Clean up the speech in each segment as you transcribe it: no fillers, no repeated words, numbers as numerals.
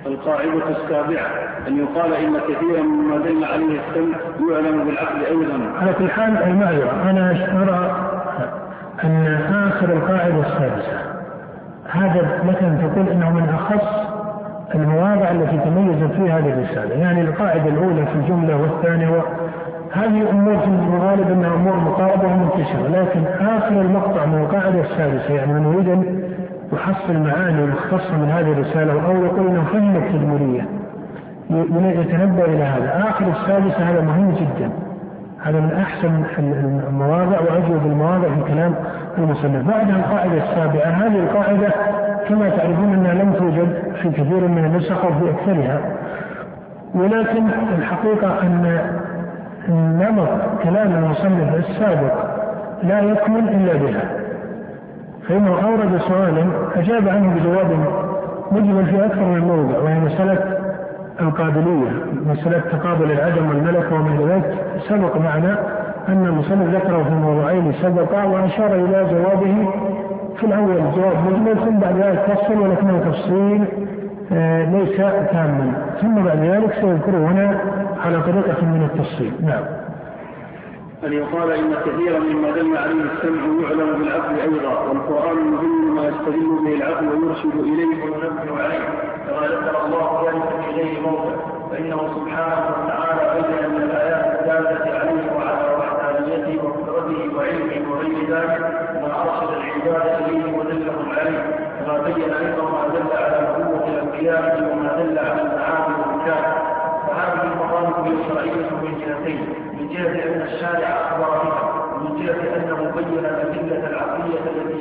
القاعدة السابعة أن يقال إن كثيرا مما دل عليه السمع يعلم بالعقل أيضا. على كل حال المعذرة، أنا أرى أن آخر القاعدة السادسة هذا مثلا تقول إنه من أخص المواضع التي تميزت فيها هذه الرسالة، يعني القاعدة الأولى في الجملة والثانية هذه أمور في الغالب أنها أمور مقاربة ومنتشرة، لكن آخر المقطع من القاعدة السادسة يعني من يريد أن يحصل معاني مختصة من هذه الرسالة أو يقول أنه فهم التدمرية يتنبأ إلى هذا. آخر السادسة هذا مهم جدا، هذا من أحسن المواضع وأجود المواضع في كلام المصنف. بعدها القاعدة السابعة، هذه القاعدة كما تعرفون أنها لم توجد في كثير من النسخ وفي أكثرها، ولكن الحقيقة أن نمط كلام المصنف السابق لا يكمل إلا بها، فإنه أورد سؤالا أجاب عنه بجواب مجمل في أكثر من موضع، وهي مسألة القابلية، مسألة تقابل العدم والملك وما إلى ذلك. سبق معنا أن المصنف ذكره في موضوعين سبقا وأشار إلى جوابه في الأول جواب مجمل، ثم بعد ذلك تفصل ولكنه تفصيل ليس تاما، ثم بعد ذلك سيذكره هنا على طريقة من التفصيل. نعم. أن يقال إن كثيرا مما دل عليه السمع يعلم بالعقل أيضا، والقرآن يهم ما يستدل به العقل ويرشد إليه وينبه عليه، كما ذكر الله ذلك في غير موضع، فإنه سبحانه وتعالى بين من الآيات الدالة عليه وعلى وحدانيته وقدرته وعلمه وغير ذلك ما أرشد العباد إليه ودلهم عليه، كما بين أيضا ما دل على نبوة الأنبياء وما دل على المعاني والكافر. فهذه المطالب هي شرعية من جهتين، من جهة أن الشارع أخبر بها، ومن جهة أنه بين الأدلة العقلية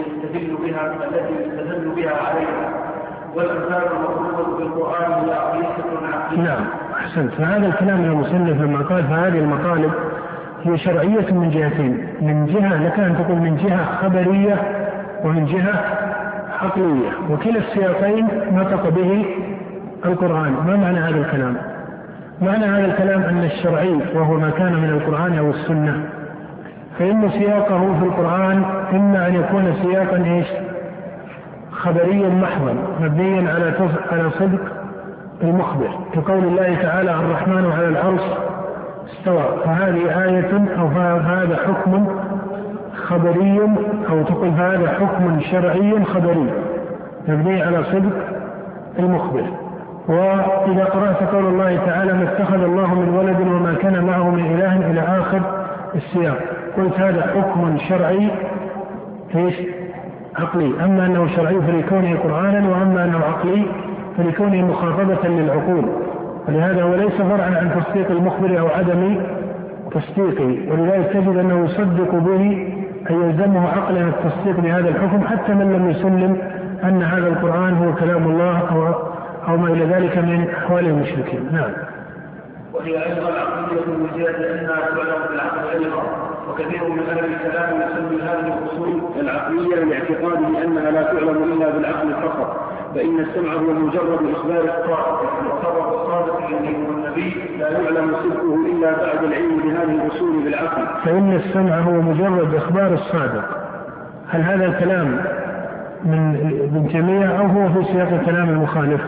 التي يستدل بها عليها، والأمثال المطلوبة بالقرآن هي عقلية. نعم أحسنت. فهذا الكلام المصنف لما قال فهذه المطالب هي شرعية من جهتين، من جهة لك أن تقول من جهة خبرية ومن جهة عقلية، وكلا السياقين نطق به القرآن. ما معنى هذا الكلام؟ معنى هذا الكلام أن الشرعي وهو ما كان من القرآن أو السنة، فإن سياقه في القرآن إما أن يكون سياقا خبريا محضا مبنيا على صدق المخبر، كقول الله تعالى الرحمن على العرش استوى، فهذه آية أو هذا حكم خبري، أو تقول هذا حكم شرعي خبري مبني على صدق المخبر. وإذا قرأت قول الله تعالى ما اتخذ الله من ولد وما كان معه من إله إلى آخر السياق، قلت هذا حكم شرعي عقلي، أما أنه شرعي فلكونه قرآنا، وأما أنه عقلي فلكونه مخاطبة للعقول، ولهذا هو ليس فرعا عن تصديق المخبر أو عدم تصديقه، ولذلك تجد أنه يصدق به أي يلزمه عقلا التصديق بهذا الحكم حتى من لم يسلم أن هذا القرآن هو كلام الله أو ما إلى ذلك من أحوال المشركين. نعم. وهي أيضا العقلية من جهة أنها تعلم بالعقل أيضا، وكثير من أهل الكلام يسمي هذه الأصول العقلية لاعتقاد بأنها لا تعلم إلا بالعقل فقط، فإن السمع هو مجرد إخبار الصادق، وخبر الصادق الذي هو النبي لا يعلم صدقه إلا بعد العلم بهذه الأصول بالعقل. فإن السمع هو مجرد إخبار الصادق، هل هذا الكلام من ابن تيمية أو هو في سياق كلام المخالف؟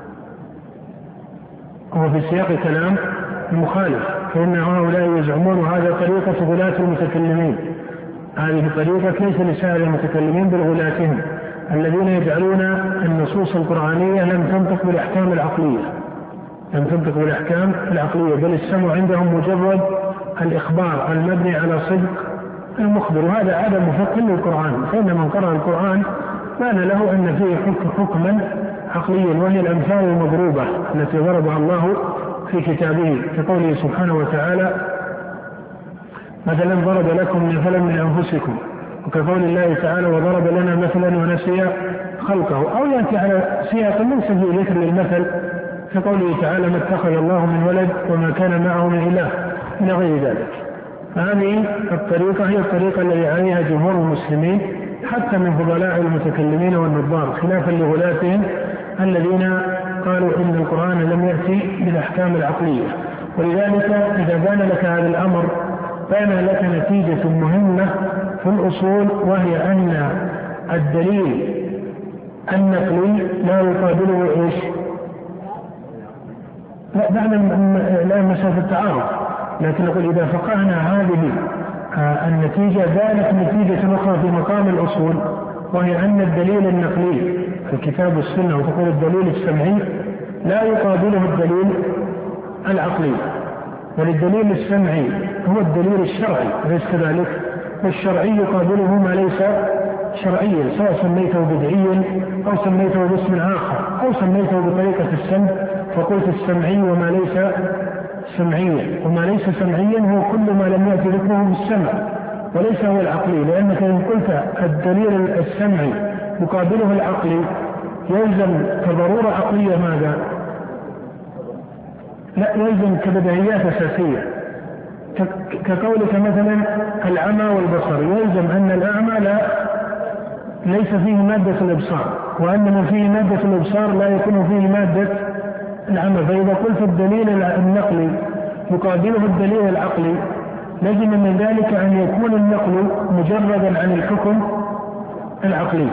هو في سياق كلام المخالف، فإن هؤلاء يزعمون هذا طريقة غلاة المتكلمين، هذه طريقة ليس لسائر المتكلمين بل غلاتهم الذين يجعلون النصوص القرآنية لم تنطق بالأحكام العقلية، لم تنطق بالأحكام العقلية، بل السمع عندهم مجرد الإخبار المبني على صدق المخبر، وهذا عدم مفهوم للقرآن. فإن من قرأ القرآن بان له أن فيه حكما عقليا، وهي الأمثال المضروبة التي ضربها الله في كتابه كقوله سبحانه وتعالى مثلا ضرب لكم مثلا من أنفسكم، وكقول الله تعالى وضرب لنا مثلا ونسي خلقه، أو يأتي على سياق ليس فيه ذكر للمثل كقوله تعالى ما اتخذ الله من ولد وما كان معه من إله إلى غير ذلك. فهذه الطريقة هي الطريقة التي عليها جمهور المسلمين حتى من فضلاء المتكلمين والنظار، خلافا لغلاتهم الذين قالوا إن القرآن لم يأتي بالأحكام العقلية. ولذلك إذا بان لك هذا الأمر بان لك نتيجة مهمة في الأصول، وهي أن الدليل النقلي لا يقابله لا دعنا الآن مسألة التعارض، لكن نقول إذا فقهنا هذه النتيجة ذلك نتيجة أخرى في مقام الأصول، وهي أن الدليل النقلي في الكتاب والسنة وتقول الدليل السمعي لا يقابله الدليل العقلي، وللدليل السمعي هو الدليل الشرعي أليس كذلك؟ والشرعي يقابله ما ليس شرعيا، سواء سميته بدعيا أو سميته باسم آخر أو سميته بطريقة السمع، فقلت السمعي وما ليس سمعيا، وما ليس سمعيا هو كل ما لم يأتي ذكره بالسمع وليس هو العقلي، لأنك إن قلت الدليل السمعي يقابله العقلي يلزم كضرورة عقلية ماذا؟ لا، يلزم كبديهيات أساسية، كقولك مثلا العمى والبصر، يلزم أن الأعمى ليس فيه مادة الإبصار، وأن من فيه مادة الإبصار لا يكون فيه مادة العمى. فإذا قلت الدليل النقلي يقابله الدليل العقلي لازم من ذلك أن يكون النقل مجردا عن الحكم العقلي،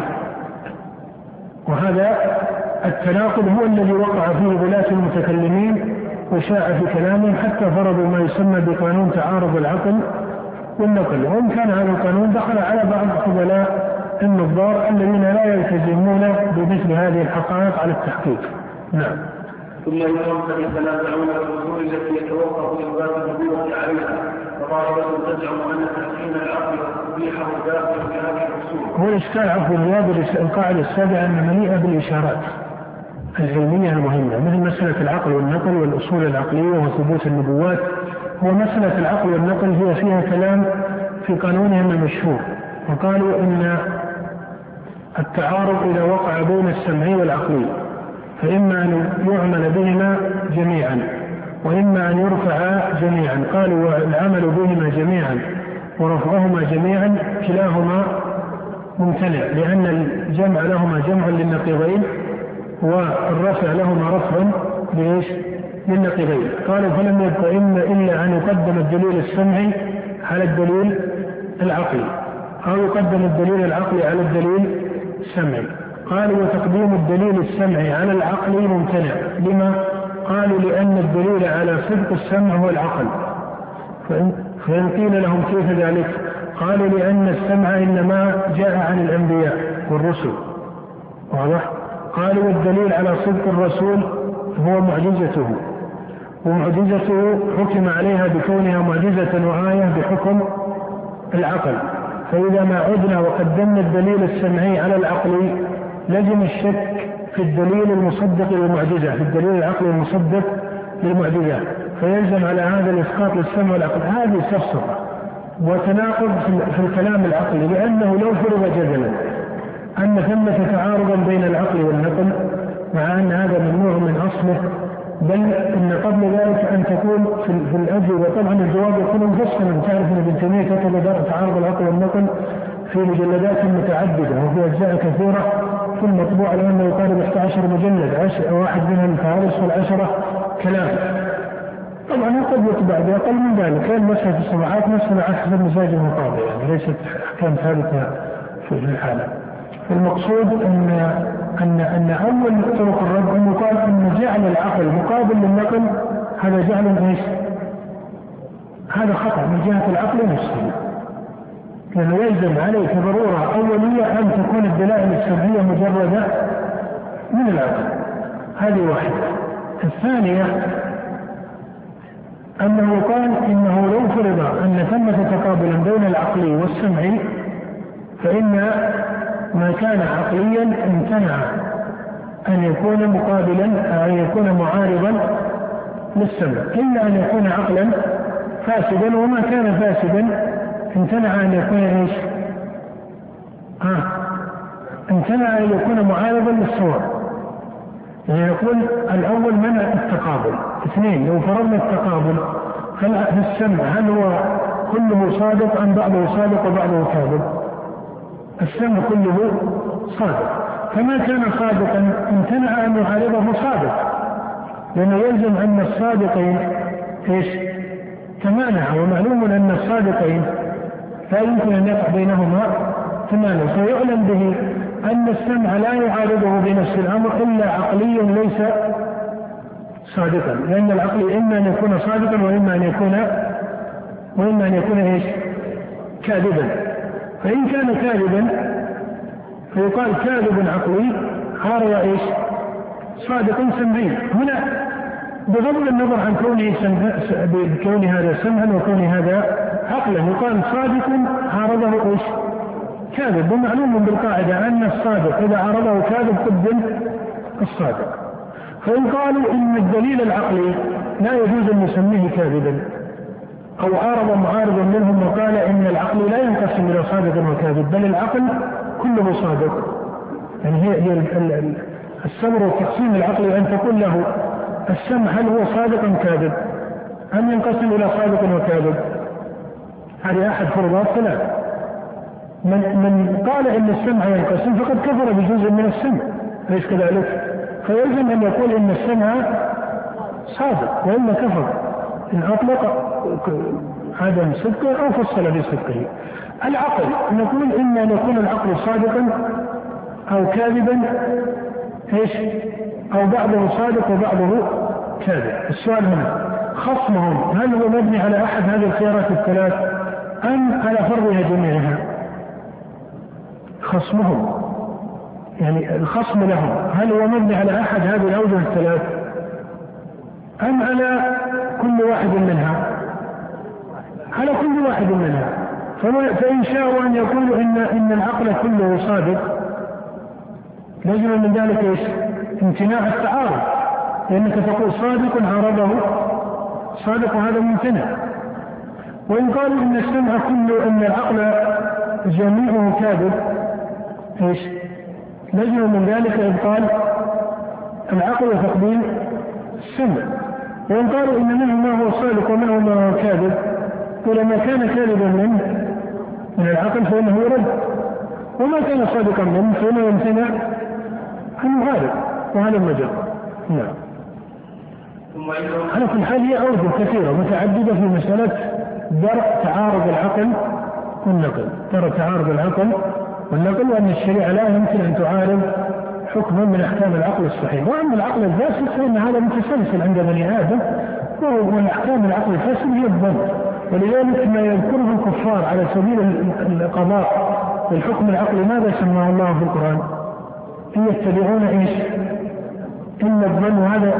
وهذا التناقض هو الذي وقع فيه غلاة المتكلمين وشاع في كلامهم حتى فرضوا ما يسمى بقانون تعارض العقل والنقل، وإن كان هذا القانون دخل على بعض خبلاء النظار الذين لا يلتزمون بمثل هذه الحقائق على التحقيق. نعم. ثم يقوم فيتنازعون في الأصول التي يتوقف إثبات النبوة عليها، فطائفة تزعم أن تحسين العقل وتقبيحه داخل في هذه الأصول. هو الإشكال عفوا القاعدة السابعة أن مليئة بالإشارات العلمية المهمة، مثل مسألة العقل والنقل والأصول العقلية وثبوت النبوات. هو مسألة العقل والنقل هي فيها كلام في قانونهم المشهور، وقالوا إن التعارض إذا وقع بين السمعي والعقلي فإما أن يعمل بهما جميعا وإما أن يرفعا جميعا. قالوا العمل بهما جميعا ورفعهما جميعا كلاهما ممتنع، لأن الجمع لهما جمع للنقيضين والرفع لهما رفع للنقيضين. قالوا فلم يبق إلا أن يقدم الدليل السمعي على الدليل العقلي أو يقدم الدليل العقلي على الدليل السمعي. قالوا وتقديم الدليل السمعي على العقل ممتنع. لما؟ قالوا لأن الدليل على صدق السمع هو العقل. فإن قيل لهم كيف ذلك؟ قالوا لأن السمع إنما جاء عن الأنبياء والرسل، واضح؟ قالوا والدليل على صدق الرسول هو معجزته، ومعجزته حكم عليها بكونها معجزة وآية بحكم العقل. فإذا ما عدنا وقدمنا الدليل السمعي على العقل لزم الشك في الدليل المصدق للمعجزة، في الدليل العقلي المصدق للمعجزة، فيلزم على هذا الإسقاط للسمع والعقل. هذه سفسطة وتناقض في الكلام العقلي، لأنه لو فرض جدلا أن ثمة تعارضا بين العقل والنقل مع أن هذا ممنوع من أصله، بل إن قبل ذلك أن تكون في الأجوبة طبعا الجواب يكون مفصلا. تعرف أن ابن تيمية كتب تعارض العقل والنقل في مجلدات متعددة وفي أجزاء كثيرة في المطبوع، لأنه يقارب 11 مجلد، واحد منها الفهارس وال10 كلام. طبعا قد يطبع بأقل من ذلك، لأن مسألة الصباحات مسألة على حسب مزاج المقاضي، يعني ليست أحكام ثابتة في الحالة. المقصود أن أول طرق الرد أن يقال أن جعل العقل مقابل للنقل هذا جعل إيش؟ هذا خطأ من جهة العقل نفسه، لأنه يلزم عليه كضرورة أولية أن تكون الدلائل السمعية مجردة من العقل. هذه واحدة. الثانية أنه قال إنه لو فرض أن ثمة تقابلا بين العقلي والسمعي فإن ما كان عقليا امتنع أن يكون مقابلا أو أن يكون معارضا للسمع، إلا أن يكون عقلا فاسدا، وما كان فاسدا امتنع أن يكون إيش؟ امتنع أن يكون معارضا للصواب. يعني يقول الأول منع التقابل. اثنين، لو فرضنا التقابل في السمع هل هو كله صادق أم بعضه صادق وبعضه كاذب؟ السمع كله صادق، فما كان صادقا امتنع أن يعارضه صادق، لأنه يلزم أن الصادقين إيش؟ تمانع، ومعلوم أن الصادقين لا يمكن أن يقع بينهما تمانع، فيعلم به أن السمع لا يعارضه بنفس الأمر إلا عقلي ليس صادقا، لأن العقل إما أن يكون صادقا وإما أن يكون إيش؟ كاذبا. فإن كان كاذبا فيقال كاذب عقلي عارض إيش؟ صادق سمعي. هنا بغض النظر عن كون هذا سمعا وكون هذا عقلا يقال صادق عارضه إيش؟ كاذب. ومعلوم بالقاعدة أن الصادق إذا عارضه كاذب قدم الصادق. فإن قالوا إن الدليل العقلي لا يجوز أن نسميه كاذبا، أو عارض معارض منهم وقال إن العقل لا ينقسم إلى صادق وكاذب بل العقل كله صادق، يعني هي السمر وتقسيم العقل أن تقول له السمع هل هو صادق أم كاذب أم ينقسم إلى صادق وكاذب، هذه أحد فرضات ثلاث. من قال إن السمع ينقسم فقد كفر بجزء من السمع، ليس كذلك؟ فيلزم أن يقول إن السمع صادق وإلا كفر إن أطلق عدم صدقه أو فصل في صدقه. العقل نقول إما أن يكون العقل صادقا أو كاذبا إيش؟ أو بعضه صادق وبعضه كاذب. السؤال هنا خصمهم هل هو مبني على أحد هذه الخيارات الثلاث أم على فرضها جميعها؟ خصمهم يعني الخصم لهم هل هو مبني على أحد هذه الأوجه الثلاث أم على كل واحد منها؟ على كل واحد منها. فإن شاءوا أن يقولوا إن العقل كله صادق لازم من ذلك إيش؟ امتناع التعارض، لأنك تقول صادق عارضه صادق وهذا ممتنع. وإن قالوا إن السمع كله إن العقل جميعه كاذب إيش؟ لازم من ذلك إن قال العقل وتقبيل السمع. وإن قالوا إن منه ما هو صادق ومنه ما هو كاذب ولما كان كاذبا من العقل فإنه يرد، وما كان صادقا منه فإنه يمتنع عن غالب، وهذا المجال. نعم. على كل حال هي أوجه كثيرة متعددة في مسألة درء تعارض العقل والنقل، درء تعارض العقل والنقل، وأن الشريعة لا يمكن أن تعارض حكما من أحكام العقل الصحيح. وأما العقل الفاسد فإن هذا متسلسل عند بني آدم، ومن أحكام العقل الفاسد هي الظن. ولذلك ما يذكره الكفار على سبيل القضاء والحكم العقلي ماذا سماه الله في القرآن؟ إن يتبعون إيش؟ إن الظن. هذا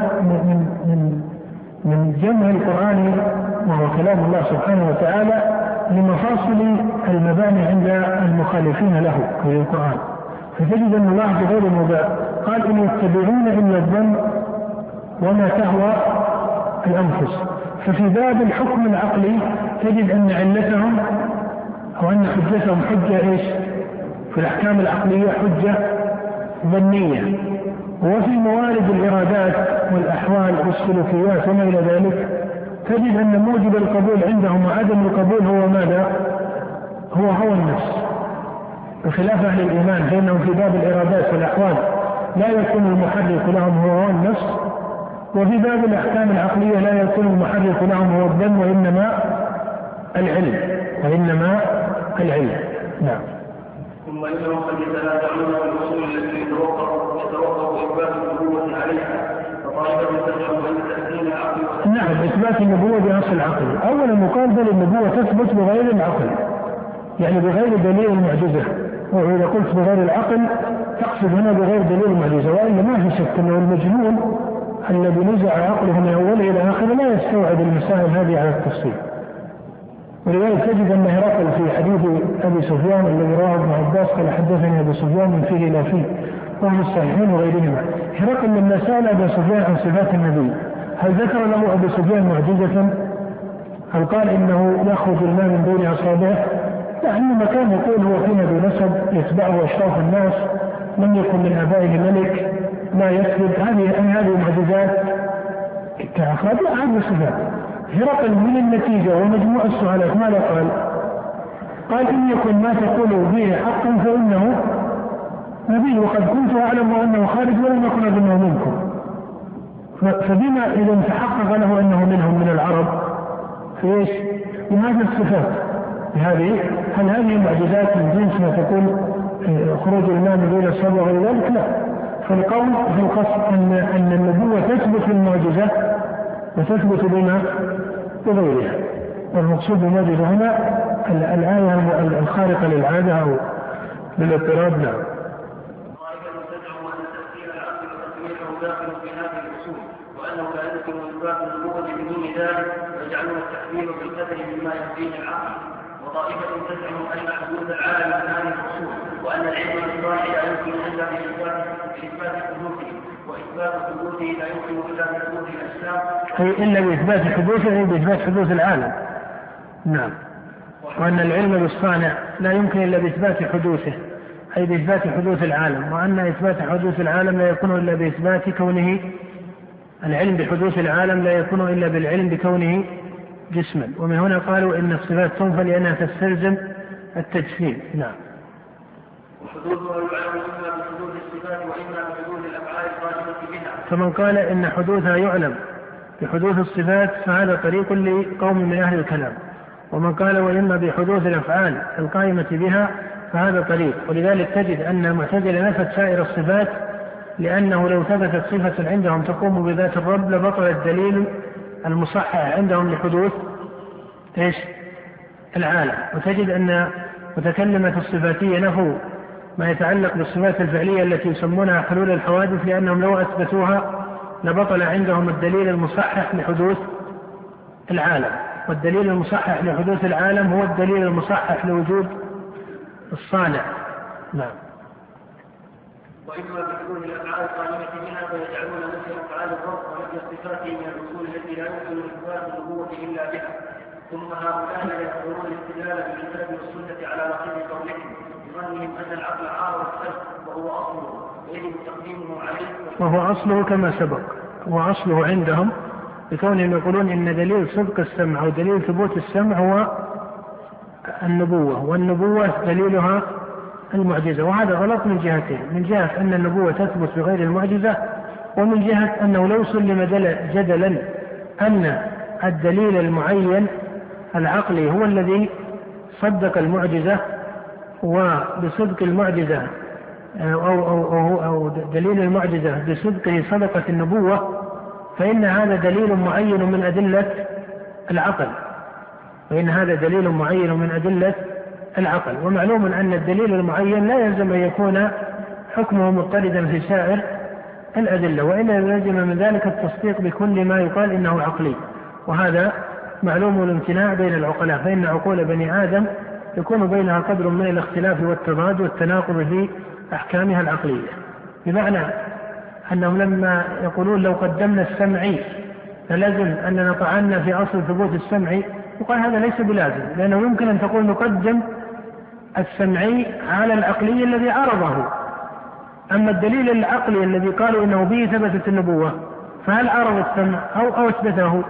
من جمع القرآن وهو كلام الله سبحانه وتعالى لمفاصل المباني عند المخالفين له في القرآن. فتجد أن الله بغير موضع قال إن يتبعون إلا الظن وما تهوى الأنفس. ففي باب الحكم العقلي تجد أن علتهم أو أن حجتهم حجة إيش؟ في الأحكام العقلية حجة ظنية. وفي موارد الإرادات والأحوال والسلوكيات وما إلى ذلك تجد أن موجب القبول عندهم وعدم القبول هو ماذا؟ هو هوى النفس، بخلاف أهل الإيمان فإنهم في باب الإرادات والأحوال لا يكون المحرك لهم هو هوى النفس، وفي باب الأحكام العقلية لا يكون المحرك لهم هو الظن وإنما العلم. نعم. ثم إنهم قد يتنازعون في الأصول التي يتوقف إثبات النبوة عليها، فطالبا تدعو أن تأتينا العقل. نعم، إثبات النبوة بأصل العقل. أولا مقال بل النبوة تثبت بغير العقل، يعني بغير دليل المعجزة. وإذا قلت بغير العقل تقصد هنا بغير دليل المعجزة، وإلا ما في شك أنه المجنون الذي نزع عقله من أوله إلى آخره لا يستوعب المسائل هذه على التفصيل. ولذلك تجد أن هرقل في حديث أبي سفيان الذي رواه ابن عباس قال حدثني أبي سفيان من فيه لا فيه وهم الصحيحين وغيرهما. هرقل لما سأل أبي سفيان عن صفات النبي هل ذكر له أبي سفيان معجزة؟ هل قال إنه يخرج الماء من بين أصابعه؟ لا، إنما كان يقول هو فينا ذو نسب يتبعه أشراف الناس، لم يكن من آبائه ملك، ما يكذب. هذه معجزات كأخرج هذه صفات. هرقل من النتيجة ومجموع السؤالات ماذا قال؟ قال إن يكن ما تقول به حقا فإنه نبي، وقد كنت أعلم أنه خارج ولم يكن أظنه منكم. فبما إذا تحقق له أنه منهم من العرب في إيش؟ بهذه الصفات هل هذه المعجزات من جنس ما تقول خروج الماء من بين الصبر وغير ذلك؟ لا. فالقول في القصد أن النبوة تثبت في المعجزات المعجزة وتثبت بما بغيرها. والمقصود بالمعجزة هنا الآية الخارقة للعادة أو للاضطراب. نعم. داخل في هذه الاصول وانه لا يمكن اثبات النبوه بدون ذلك ويجعلون التحليل بالقدر مما يهديه العقل. وطائفه تزعم ان حدوث العالم من هذه الاصول وان العلم الصالح لا يمكن الا باثبات حدوثه واثبات حدوثه لا يمكن الا بحدوث الاجسام اي الا باثبات حدوثه اي باثبات حدوث العالم. نعم. وان العلم بالصانع لا يمكن الا باثبات حدوثه أي بإثبات حدوث العالم، وأن إثبات حدوث العالم لا يكون إلا بإثبات كونه العلم بحدوث العالم لا يكون إلا بالعلم بكونه جسما. ومن هنا قالوا إن الصفات تنفى لأنها تستلزم التجسيم. نعم. وحدوثها يعلم إما بحدوث الصفات وإما بحدوث الأفعال القائمة بها. فمن قال إن حدوثها يعلم بحدوث الصفات فهذا طريق لقوم من أهل الكلام، ومن قال وإما بحدوث الأفعال القائمة بها فهذا طريق. ولذلك تجد أن المعتزلة نفت سائر الصفات لأنه لو ثبتت صفة عندهم تقوم بذات الرب لبطل الدليل المصحح عندهم لحدوث العالم. وتجد أن متكلمة الصفاتية نفوا ما يتعلق بالصفات الفعلية التي يسمونها حلول الحوادث لأنهم لو أثبتوها لبطل عندهم الدليل المصحح لحدوث العالم. والدليل المصحح لحدوث العالم هو الدليل المصحح لوجود الصانع. نعم. وإما بحدوث الأفعال القائمة بها فيجعلون نفي أفعال الرب ونفي الصفات من الرسول التي لا يمكن إثبات النبوة إلا بها. ثم هؤلاء يذكرون الاستدلال بالكتاب والسنة على نقيض قولهم بظنهم أن العقل عارض السلب وهو أصله ويجب تقديمه عليه. وهو أصله كما سبق، هو أصله عندهم بكونهم يقولون إن دليل صدق السمع ودليل ثبوت السمع هو النبوة، والنبوة دليلها المعجزة. وهذا غلط من جهتين: من جهة أن النبوة تثبت بغير المعجزة، ومن جهة أنه لو سلم جدلا أن الدليل المعين العقلي هو الذي صدق المعجزة، وبصدق المعجزة أو دليل المعجزة بصدقه صدقت النبوة، فإن هذا دليل معين من أدلة العقل، وإن هذا دليل معين من أدلة العقل. ومعلوم أن الدليل المعين لا يلزم أن يكون حكمه مضطردا في سائر الأدلة، وإلا يلزم من ذلك التصديق بكل ما يقال إنه عقلي، وهذا معلوم الامتناع بين العقلاء، فإن عقول بني آدم يكون بينها قدر من الاختلاف والتضاد والتناقض في أحكامها العقلية. بمعنى أنهم لما يقولون لو قدمنا السمعي فلازم أن نطعنا في أصل ثبوت السمعي، وقال هذا ليس بلازم، لأنه يمكن أن تقول نقدم السمعي على العقلي الذي عرضه. أما الدليل العقلي الذي قالوا إنه به ثبتت النبوة فهل عرض السمع أو أثبته؟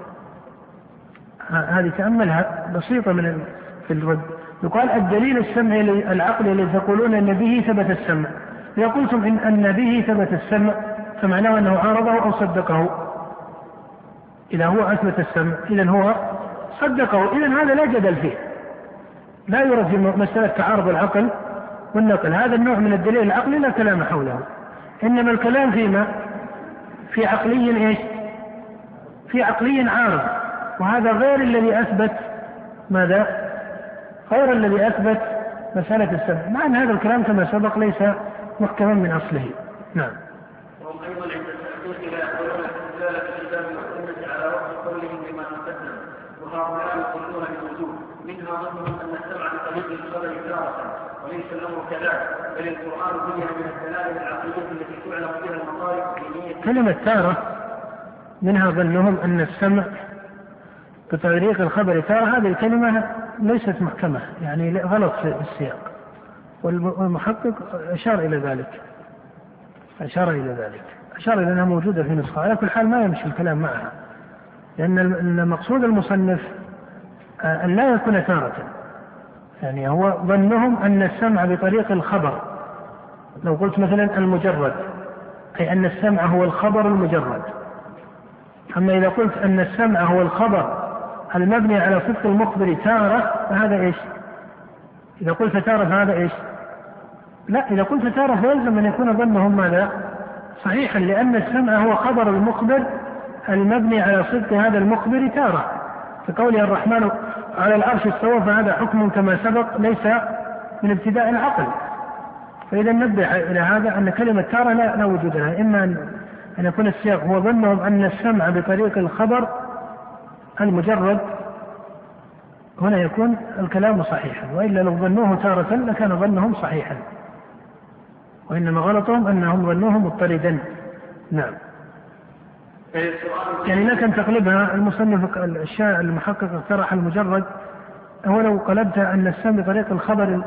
هذه تأملها بسيطة في الرد. يقال الدليل السمعي العقلي الذي تقولون أن به ثبت السمع، إذا قلتم أن به ثبت السمع فمعناه أنه عارضه أو صدقه. إذا هو أثبت السمع إذن هو صدقه، إذن هذا لا جدل فيه، لا يرد في مسألة تعارض العقل والنقل. هذا النوع من الدليل العقلي لا كلام حوله، إنما الكلام فيما في عقلي في عقلي عارض، وهذا غير الذي أثبت ماذا؟ غير الذي أثبت مسألة السمع، مع أن هذا الكلام كما سبق ليس محكما من أصله. نعم. وهم أيضا عند التحقيق لا يقولون الاستدلال بالكتاب والسنة على وفق قولهم بما تقدم، وهؤلاء يقولون بالوجوب، منها ظنهم أن السمع بطريق الخبر تارة وليس الأمر كذلك، بل القرآن بين من الدلائل العقلية التي تعلم بها المطالب الدينية. كلمة تارة منها ظنهم أن السمع بطريق الخبر تارة، هذه الكلمة ليست محكمة، يعني غلط في السياق، والمحقق أشار إلى ذلك، أشار إلى أنها موجودة في نسخة. على كل حال ما يمشي الكلام معها، لأن مقصود المصنف أن لا يكون تارة، يعني هو ظنهم أن السمع بطريق الخبر. لو قلت مثلا المجرد، أي أن السمع هو الخبر المجرد. أما إذا قلت أن السمع هو الخبر المبني على صدق المخبر تارة فهذا إيش؟ إذا قلت تارة فهذا إيش؟ لا، إذا قلت تارة فيلزم أن يكون ظنهم ماذا؟ صحيحا، لأن السمع هو خبر المخبر المبني على صدق هذا المخبر تارة، كقوله الرحمن على العرش استوى، فهذا حكم كما سبق ليس من ابتداء العقل. فإذا نبه إلى هذا أن كلمة تارة لا وجود لها، إما أن يكون السياق هو ظنهم أن السمع بطريق الخبر المجرد، هنا يكون الكلام صحيحا، وإلا لو ظنوه تارة لكان ظنهم صحيحا، وإنما غلطهم أنهم ظنوه مضطردا. نعم. يعني لكن تقلبها المصنف المحقق اقترح المجرد، هو لو قلبت أن السمع بطريق الخبر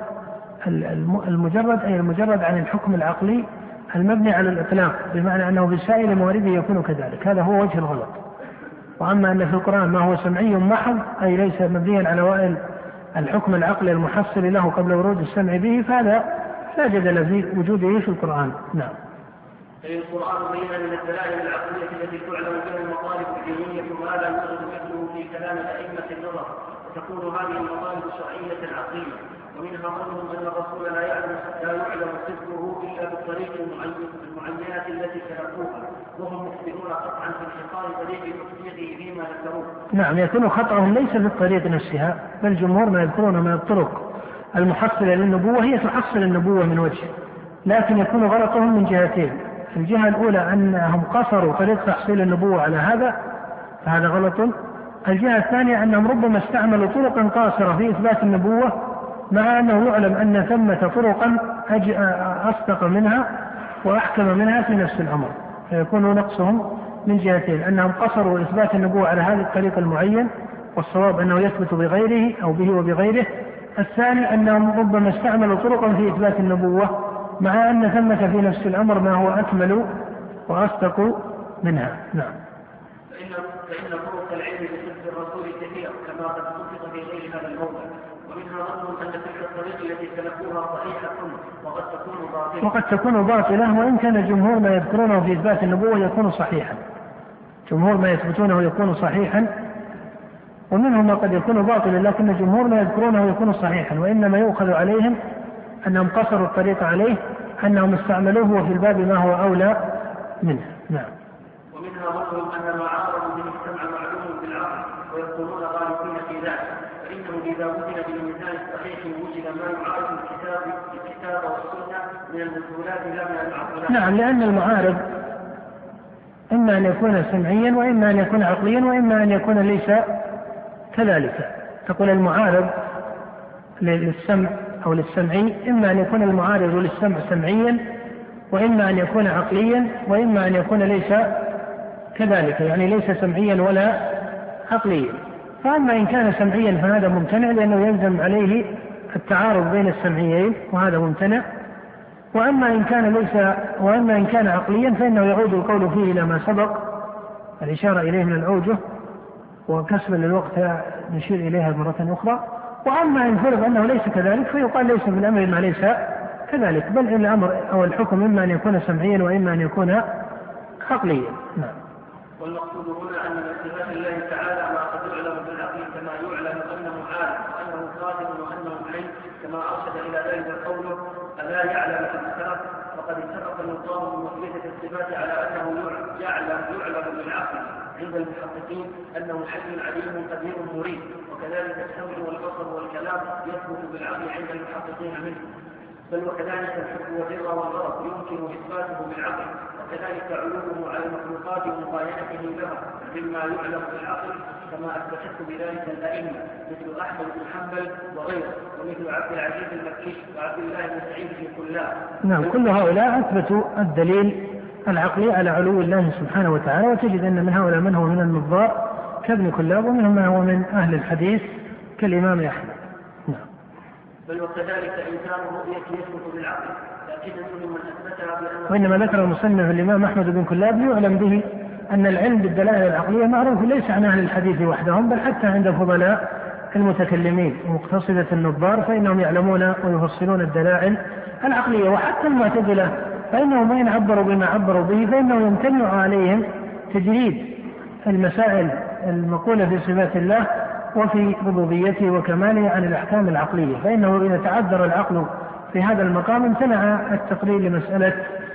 المجرد أي المجرد عن الحكم العقلي المبني على الإطلاق، بمعنى أنه بسائر موارده يكون كذلك، هذا هو وجه الغلط. وأما أن في القرآن ما هو سمعي محض أي ليس مبنيا على وائل الحكم العقلي المحصل له قبل ورود السمع به، فهذا لا جدل في وجوده في القرآن. نعم. القرآن بين من الدلائل العقلية التي تعلم بها المطالب الدينية ما لا يوجد مثله في كلام أئمة النظر، وتكون هذه المطالب شرعية عقلية، ومنها ظنهم أن الرسول لا يعلم صدقه إلا بالطريق المعينة التي سلكوها، وهم مخبرون قطعا في انحصار طريق تصديقه فيما ذكروه. نعم، يكون خطأهم ليس في الطريق نفسها، بل جمهور ما يذكرون من الطرق المحصلة للنبوة هي تحصل النبوة من وجه، لكن يكون غلطهم من جهتين. الجهة الأولى أنهم قصروا طريق تحصيل النبوة على هذا، فهذا غلط. الجهة الثانية أنهم ربما استعملوا طرقا قاصرة في إثبات النبوة، مع أنه يعلم أن ثمة طرقا أصدق منها وأحكم منها في نفس الأمر، فيكون نقصهم من جهتين، أنهم قصروا إثبات النبوة على هذا الطريق المعين، والصواب أنه يثبت بغيره أو به وبغيره. الثاني أنهم ربما استعملوا طرقا في إثبات النبوة، مع أن ثمة في نفس الأمر ما هو أكمل وأصدق منها. نعم. فإن طرق العلم بصدق الرسول كثيرة كما قد صدق في غير هذا الموضع، ومنها ظنهم أن تلك الطريق التي سلكوها صحيحة وقد تكون باطلة، وإن كان جمهور ما يذكرونه في إثبات النبوة يكون صحيحا، جمهور ما يثبتونه يكون صحيحا، ومنهم ما قد يكون باطلا، لكن جمهور ما يذكرونه يكون صحيحا، وإنما يؤخذ عليهم أنهم قصروا الطريق عليه، أنهم استعملوه في الباب ما هو أولى منه. نعم. ومنها ظنهم أن ما عارضوا به السمع معلوم بالعقل، ويكونون غالبين في ذلك، فإنه إذا وجد بالمثال الصحيح وجد ما يعارض الكتاب والسنة من المدلولات لا من المعقولات. نعم، لأن المعارض إما أن يكون سمعيا وإما أن يكون عقليا وإما أن يكون ليس كذلك. تقول المعارض للسمع أو للسمعي، إما أن يكون المعارض للسمع سمعيا وإما أن يكون عقليا وإما أن يكون ليس كذلك، يعني ليس سمعيا ولا عقليا. فأما إن كان سمعيا فهذا ممتنع، لأنه يلزم عليه التعارض بين السمعيين وهذا ممتنع. وأما إن كان عقليا فإنه يعود القول فيه إلى ما سبق الإشارة إليه من الأوجه، وكسبا للوقت نشير إليها مرة أخرى. وأما إن فرض أنه ليس كذلك فيقال ليس من الأمر ما ليس كذلك، بل الأمر أو الحكم إما أن يكون سمعيا وإما أن يكون عقليا. نعم. والمقصود هنا أن من صفات الله تعالى ما قد يعلم بالعقل كما يعلم أنه عالم وأنه قادر وأنه حي، كما أرشد إلى ذلك قوله ألا يعلم في السبب، وقد اتفق النظام بمثبتة الصفات على أنه يعلم بالعقل عند المحققين أنه حي عليم قدير مريد، وكذلك السمع والبصر والكلام يثبت بالعقل عند المحققين منه، بل وكذلك الحب والرضا والغضب يمكن إثباته بالعقل، وكذلك علومه على المخلوقات ومقاينته لها مما يعلم بالعقل، كما أثبتته بذلك الأئمة مثل أحمد بن حنبل وغيره، ومثل عبد العزيز المكي وعبد الله بن سعيد في كلاب. نعم، كل هؤلاء أثبتوا الدليل العقلي على علو الله سبحانه وتعالى، وتجد أن من هؤلاء من هو من النظار كابن كلاب، ومنهم من هو من أهل الحديث كالإمام أحمد. نعم. بل وكذلك إنكار الرؤية يثبت بالعقل، لكن منهم من أثبتها بأن. وإنما ذكر المصنف الإمام أحمد بن كلاب ليعلم به أن العلم بالدلائل العقلية معروف ليس عن أهل الحديث وحدهم، بل حتى عند فضلاء المتكلمين ومقتصدة النظار، فإنهم يعلمون ويفصلون الدلائل العقلية. وحتى المعتزلة فإنهم وإن عبروا بما عبروا به فإنه يمتنع عليهم تجريد المسائل المقولة في صفات الله وفي ربوبيته وكماله عن الأحكام العقلية، فإنه إذا تعذر العقل في هذا المقام امتنع التقرير لمسألة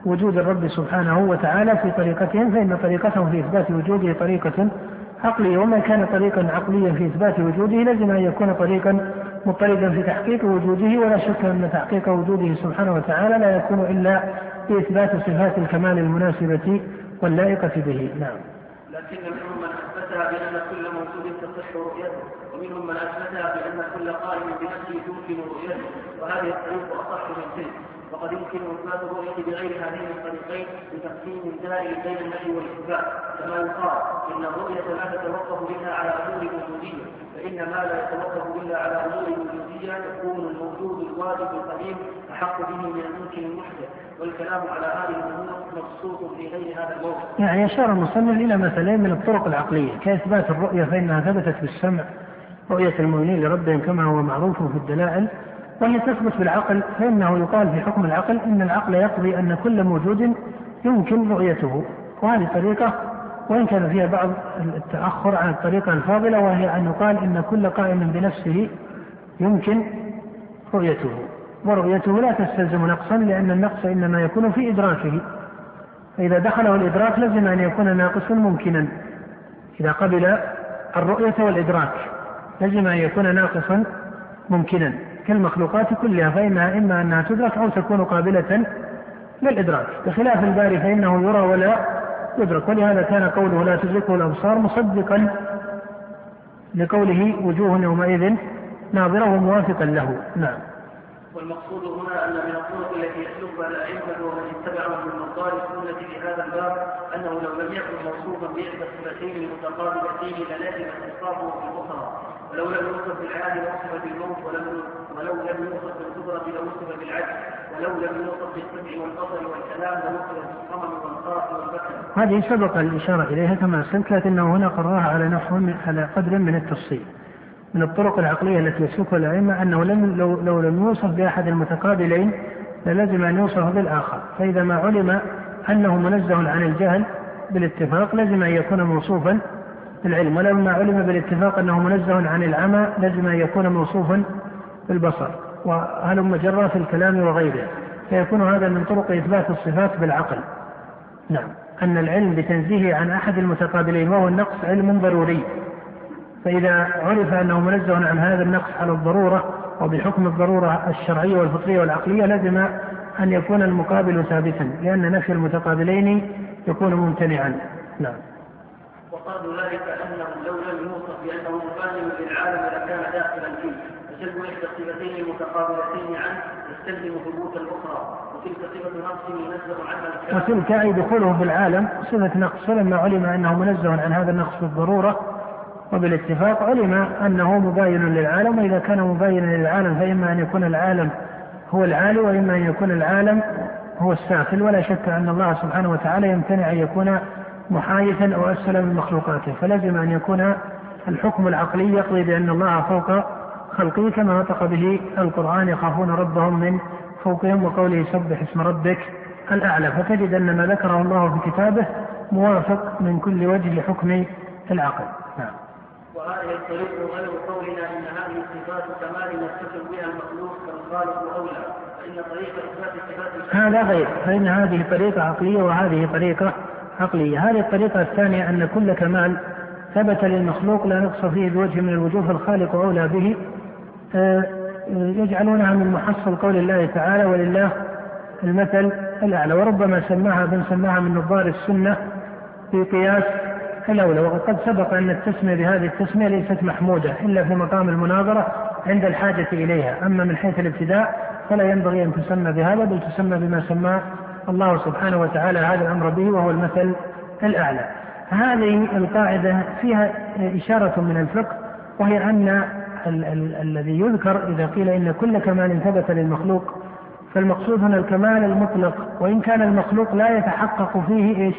وجود الرب سبحانه وتعالى في طريقتهم، فإن طريقتهم في إثبات وجوده طريقة عقلية، وما كان طريقا عقليا في إثبات وجوده لازم أن يكون طريقا مضطردا في تحقيق وجوده، ولا شك أن تحقيق وجوده سبحانه وتعالى لا يكون إلا بإثبات صفات الكمال المناسبة واللائقة به. نعم. لكن منهم من أثبتها بأن كل موجود تصح رؤيته، ومنهم من أثبتها بأن كل قائم بنفسه يمكن رؤيته، وهذه الطريق أصح من تلك. وقد يمكن إثبات الرؤية بغير هذين الطريقين بتقسيم دائر بين النفي والإثبات، كما يقال إن الرؤية لا تتوقف إلا على أمور وجودية، فإن ما لا يتوقف إلا على أمور وجودية يكون الموجود الواجب القديم أحق به من الممكن المحدث، والكلام على هذه الأمور مبسوط في غير هذا الموضوع. يعني أشار المصنف إلى مثلين من الطرق العقلية كإثبات الرؤية، فإنها ثبتت بالسمع رؤية المؤمنين لربهم كما هو معروف في الدلائل، وهي تثبت بالعقل، فإنه يقال في حكم العقل إن العقل يقضي أن كل موجود يمكن رؤيته، وهذه طريقة وإن كان فيها بعض التأخر عن الطريقة الفاضلة، وهي أن يقال إن كل قائم بنفسه يمكن رؤيته، ورؤيته لا تستلزم نقصا، لأن النقص إنما يكون في إدراكه، فإذا دخله الإدراك لازم أن يكون ناقصا ممكنا. إذا قبل الرؤية والإدراك لازم أن يكون ناقصا ممكنا كالمخلوقات كلها، فإنها إما أنها تدرك أو تكون قابلة للإدراك، بخلاف الباري فإنه يرى ولا يدرك. ولهذا كان قوله لا تدركه الأبصار مصدقا لقوله وجوه يومئذ ناظرة وموافقا له. نعم. والمقصود هنا أن من الطرق التي يسلكها الأئمة ومن اتبعهم من مقال السنة في هذا الباب أنه لو لم يكن موصوفا بإحدى الصفتين المتقابلتين للازم اتصافه بالأخرى، ولو لم يوصف بالعدل وصف بالموت، ولو لم يوصف بالقدرة لوصف بالعدل، ولو لم يوصف بالسمع والبصر والكلام لوصف بالصمم والخاف والبكر. هذه سبق الإشارة إليها كما سلك، لكنه هنا قررها على نحو على قدر من التفصيل. من الطرق العقلية التي يسلكها الأئمة أنه لو لم يوصف بأحد المتقابلين لازم أن يوصف بالآخر، فإذا ما علم أنه منزه عن الجهل بالاتفاق لازم أن يكون موصوفا بالعلم، ولما علم بالاتفاق أنه منزه عن العمى لازم أن يكون موصوفا بالبصر، وهلم جرى في الكلام وغيره، فيكون هذا من طرق إثبات الصفات بالعقل. نعم. أن العلم بتنزيه عن أحد المتقابلين وهو النقص علم ضروري، فإذا عرف أنه منزه عن هذا النقص على الضرورة وبحكم الضرورة الشرعية والفطرية والعقلية لازم أن يكون المقابل ثابتا، لأن نفي المتقابلين يكون ممتنعا. نعم. وقال ذلك أنه لو لم يوصف بأنه مفاهم للعالم لكان داخلا فيه، فجلب إحدى الصفتين المتقابلتين عنه يستلزم ثبوت الأخرى، وتلك صفة نقص ينزه عنها الكلام. وتلك أي دخوله في العالم صفة نقص، فلما علم أنه منزه عن هذا النقص بالضرورة وبالاتفاق علم أنه مباين للعالم، وإذا كان مباينا للعالم فإما أن يكون العالم هو العالي وإما أن يكون العالم هو السافل، ولا شك أن الله سبحانه وتعالى يمتنع أن يكون محايثا أو أسفل من مخلوقاته، فلازم أن يكون الحكم العقلي يقضي بأن الله فوق خلقه كما نطق به القرآن يخافون ربهم من فوقهم، وقوله سبح اسم ربك الأعلى، فتجد أن ما ذكره الله في كتابه موافق من كل وجه لحكم العقل. نعم. وهذه الطريق غير قولنا إن هذه الصفات كمال يتصف بها المخلوق كالخالق أولى، فإن طريق إثبات الصفات هذا غير، فإن هذه طريقة عقلية وهذه طريقة عقلية. هذه الطريقة الثانية أن كل كمال ثبت للمخلوق لا نقص فيه بوجه من الوجوه فالخالق أولى به، يجعلونها من محصل قول الله تعالى ولله المثل الأعلى، وربما سماها من نظار السنة في قياس الأولى. وقد سبق أن التسمية بهذه التسمية ليست محمودة إلا في مقام المناظرة عند الحاجة إليها، أما من حيث الابتداء فلا ينبغي أن تسمى بهذا، بل تسمى بما سماه الله سبحانه وتعالى هذا الأمر به وهو المثل الأعلى. هذه القاعدة فيها إشارة من الفقه، وهي أن الذي يذكر إذا قيل إن كل كمال ثبت للمخلوق فالمقصود هنا الكمال المطلق، وإن كان المخلوق لا يتحقق فيه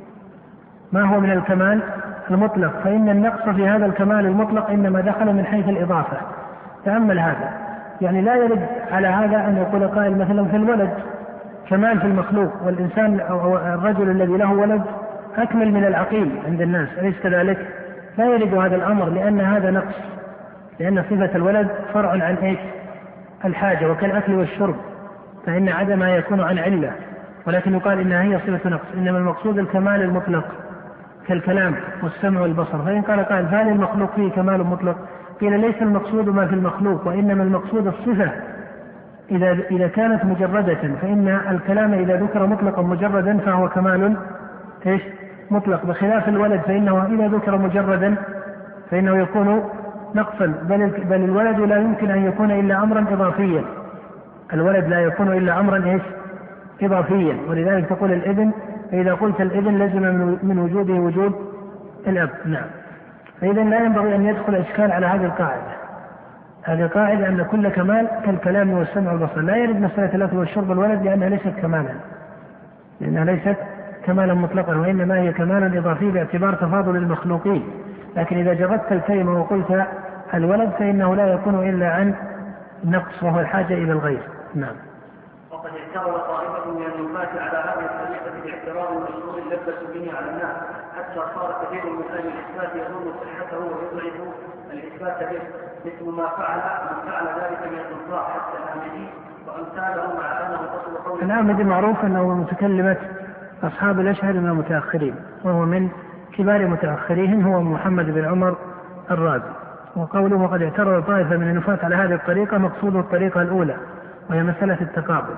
ما هو من الكمال المطلق، فإن النقص في هذا الكمال المطلق إنما دخل من حيث الإضافة. تأمل هذا، يعني لا يرد على هذا أن يقول قائل مثلا في الولد كمال في المخلوق، والإنسان أو الرجل الذي له ولد أكمل من العقيل عند الناس، أليس كذلك؟ لا يرد هذا الأمر، لأن هذا نقص، لأن صفة الولد فرع عن الحاجة، وكالأكل والشرب، فإن عدمها يكون عن علة، ولكن يقال إنها هي صفة نقص، إنما المقصود الكمال المطلق كالكلام والسمع والبصر. فإن قال قائل فهل المخلوق فيه كمال مطلق؟ قيل ليس المقصود ما في المخلوق، وإنما المقصود الصفة إذا كانت مجردة، فإن الكلام إذا ذكر مطلقا مجردا فهو كمال مطلق، بخلاف الولد فإنه إذا ذكر مجردا فإنه يكون نقصا، بل الولد لا يمكن أن يكون إلا أمرا إضافيا، الولد لا يكون إلا أمرا إضافيا. ولذلك تقول الابن، فإذا قلت الابن لزم من وجوده وجود الأب. نعم. فإذا لا ينبغي أن يدخل إشكال على هذه القاعدة. هذه قاعدة أن كل كمال كالكلام والسمع والبصر. لا يرد مسألة الأكل والشرب والولد لأنها ليست كمالا مطلقا، وإنما هي كمالا إضافي باعتبار تفاضل المخلوقين. لكن إذا جردت الكلمة وقلت الولد فإنه لا يكون إلا عن نقص وهو الحاجة إلى الغير. نعم. وقد اعترض طائفة من النفاة على هذه الطريقة باعتراض المشهور لبسوا به على الناس، حتى صار كثير من أهل الإثبات يظن صحته ويضعف الإثبات به، مثل ما فعل ذلك من النصارى حتى الآمدي وأمثاله، مع أنه تصل قوله. الآمدي معروف أنه من متكلمة أصحاب الأشهر من المتأخرين، وهو من كبار متأخرين، هو محمد بن عمر الرازي. وقوله وقد اعترض طائفة من النفاة على هذه الطريقة مقصوده الطريقة الأولى وهي مسألة التقابل.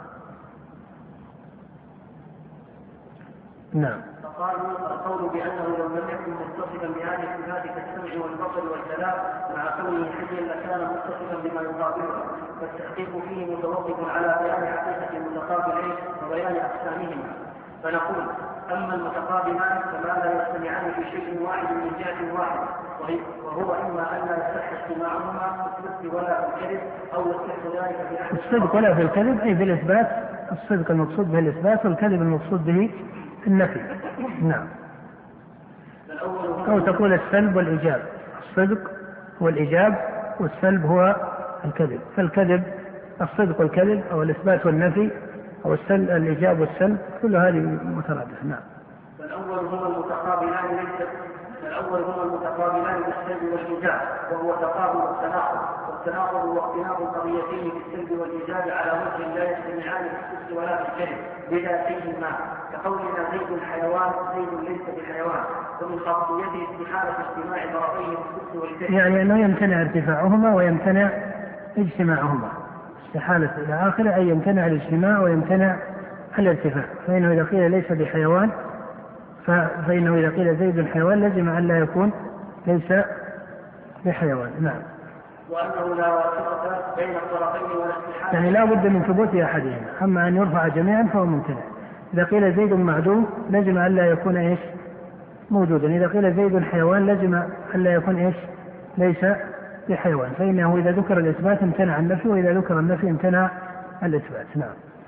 نعم. فقالوا القول بأنه لو لم يكن متصفا بهذه الصفات كالسمع والبصر والكلام مع كونه حيا لكان متصفا بما يقابله، فالتحقيق فيه متوقف على بيان حقيقة المتقابلين وبيان أقسامهما. فنقول أما المتقابلان فما لا يجتمعان في شيء واحد من جهة واحدة، وهو إما أن لا يصح اجتماعهما في الصدق ولا في الكذب، أو يصح ذلك في أحد الصدق ولا في الكذب، أي في الإثبات. الصدق المقصود به الإثبات، والكذب المقصود به النفي. نعم. أو تقول السلب والإيجاب، الصدق هو الإيجاب والسلب هو الكذب، فالكذب الصدق والكذب، أو الإثبات والنفي، أو الإيجاب والسلب، كل هذه مترادفة. نعم. فالأول هما المتقابلان بالسلب والإيجاب، وهو تقابل التناقض، والتناقض واختلاف القضيتين في السلب والإيجاب على وجه لا يجتمعان في الصدق ولا في الكذب بذاتهما، كقولنا زيد حيوان زيد ليس بحيوان، ومن خاصيته استحالة اجتماع طرفين في الصدق والكذب، يعني أنه يمتنع ارتفاعهما ويمتنع اجتماعهما، استحالة إلى آخره، أي يمتنع الاجتماع ويمتنع الارتفاع. فإنه إذا قيل ليس بحيوان فإنه إذا قيل زيد حيوان لازم أن لا يكون ليس بحيوان. نعم. وأنه لا واسطة بين الطرفين ولا استحالة، يعني لا بد من ثبوت أحدهما، أما أن يرفع جميعا فهو ممتنع. إذا قيل زيد معدوم لازم أن لا يكون موجودا، إذا قيل زيد حيوان لازم أن لا يكون ليس بحيوان، فإنه إذا ذكر الإثبات امتنع النفي، وإذا ذكر النفي امتنع الإثبات. نعم.